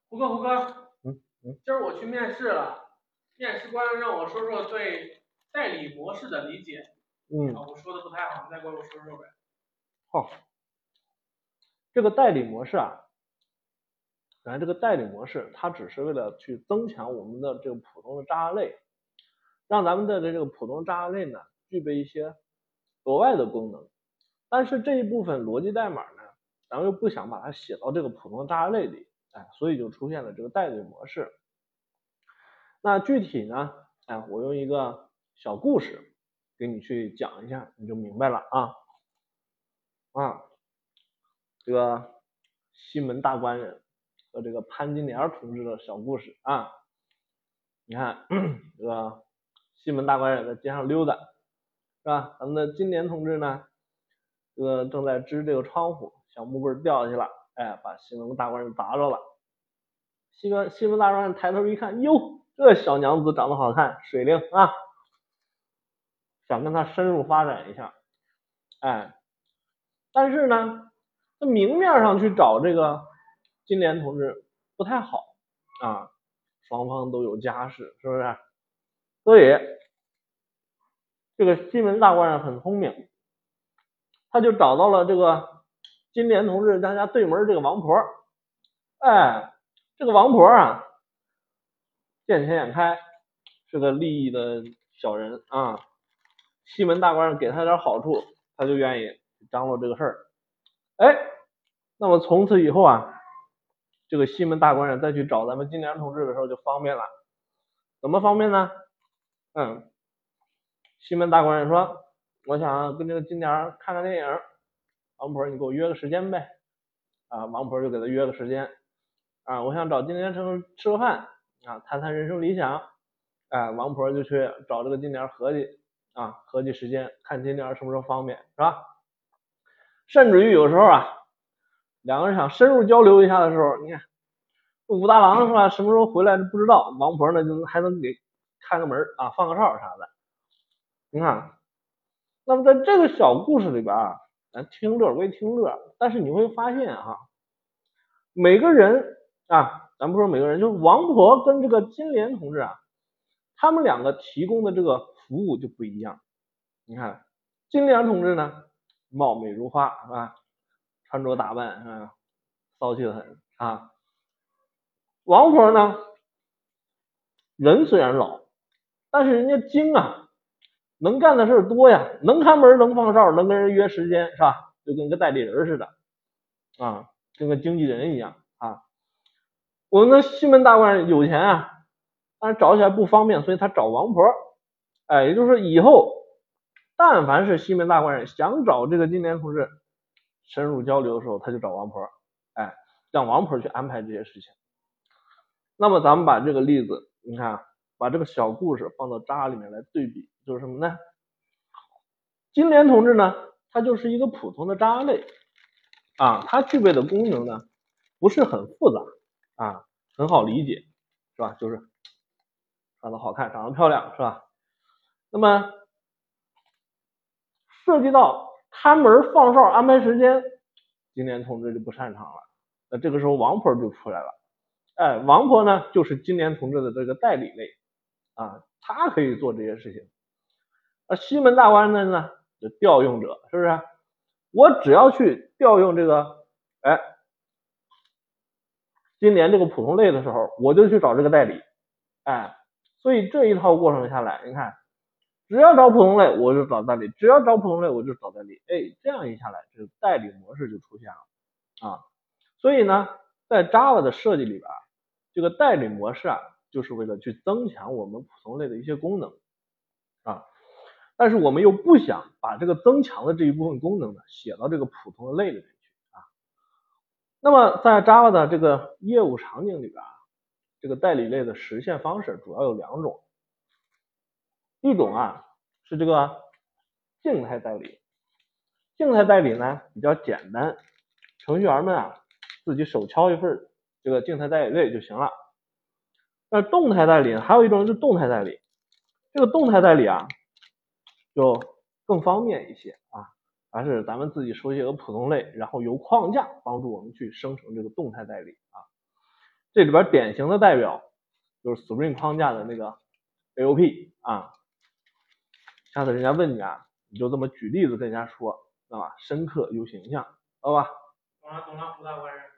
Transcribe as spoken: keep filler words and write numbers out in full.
胡哥，胡哥， 嗯嗯， 今儿我去面试了，面试官让我说说对代理模式的理解。 嗯， 啊，我说的不太好，你再给我说说呗。 好，这个代理模式啊，本来这个代理模式它只是为了去增强我们的这个普通的 Java 类，让咱们的这个普通 Java 类呢具备一些额外的功能。但是这一部分逻辑代码呢，咱们又不想把它写到这个普通 Java 类里，哎，所以就出现了这个代理模式。那具体呢，哎，我用一个小故事给你去讲一下，你就明白了啊啊。这个西门大官人和这个潘金莲同志的小故事啊。你看这个西门大官人在街上溜达，是吧？咱们的金莲同志呢，这个正在支这个窗户，小木棍掉下去了，哎，把西门大官人砸着了。西门西门大官人抬头一看，哟，这小娘子长得好看，水灵啊，想跟她深入发展一下，哎，但是呢，那明面上去找这个金莲同志不太好啊，双方都有家室，是不是？所以这个西门大官人很聪明，他就找到了这个金莲同志他家对门这个王婆，哎，这个王婆啊，见钱眼开，是个利益的小人啊，西门大官人给他点好处，他就愿意张罗这个事儿。哎，那么从此以后啊，这个西门大官人再去找咱们金莲同志的时候就方便了。怎么方便呢？嗯，西门大官人说，我想跟这个金莲看看电影，王婆你给我约个时间呗。啊，王婆就给他约个时间。啊，我想找金莲吃吃个饭啊，谈谈人生理想。哎，王婆就去找这个金莲合计啊，合计时间，看金莲什么时候方便，是吧？甚至于有时候啊，两个人想深入交流一下的时候，你看武大郎是吧？什么时候回来不知道，王婆呢就还能给开个门啊，放个哨啥的。你看，那么在这个小故事里边啊，咱听乐归听乐，但是你会发现哈，每个人啊，咱不说每个人，就是王婆跟这个金莲同志啊，他们两个提供的这个服务就不一样。你看，金莲同志呢，貌美如花，是吧？穿着打扮啊，骚气的很啊。王婆呢，人虽然老，但是人家精啊，能干的事多呀，能看门能放哨，能跟人约时间，是吧？就跟个代理人似的啊，跟个经纪人一样啊。我们的西门大官人有钱啊，但是找起来不方便，所以他找王婆。哎，也就是说以后但凡是西门大官人想找这个金莲同志深入交流的时候，他就找王婆，哎，让王婆去安排这些事情。那么咱们把这个例子，你看，把这个小故事放到渣里面来对比，就是什么呢？金莲同志呢，他就是一个普通的渣类啊，它具备的功能呢不是很复杂啊，很好理解，是吧？就是长得好看，长得漂亮，是吧？那么涉及到看门放哨安排时间，金莲同志就不擅长了。那这个时候王婆就出来了，哎，王婆呢就是金莲同志的这个代理类啊，她可以做这些事情。而西门大官人呢，就调用者，是不是？我只要去调用这个，哎，金莲这个普通类的时候，我就去找这个代理，哎，所以这一套过程下来，你看，只要找普通类我就找代理，只要找普通类我就找代理，哎，这样一下来，这个代理模式就出现了啊。所以呢，在 Java 的设计里边，这个代理模式啊，就是为了去增强我们普通类的一些功能啊。但是我们又不想把这个增强的这一部分功能呢写到这个普通的类里面去啊。那么在 Java 的这个业务场景里边啊，这个代理类的实现方式主要有两种，一种啊是这个静态代理，静态代理呢比较简单，程序员们啊自己手敲一份这个静态代理类就行了。那动态代理还有一种是动态代理，这个动态代理啊就更方便一些啊，还是咱们自己手写个普通类，然后由框架帮助我们去生成这个动态代理啊。 这里边典型的代表就是 Spring 框架的那个 A O P 啊。下次人家问你啊，你就这么举例子跟人家说，知道吧？深刻有形象，知道吧？ 懂了懂了，胡大官人。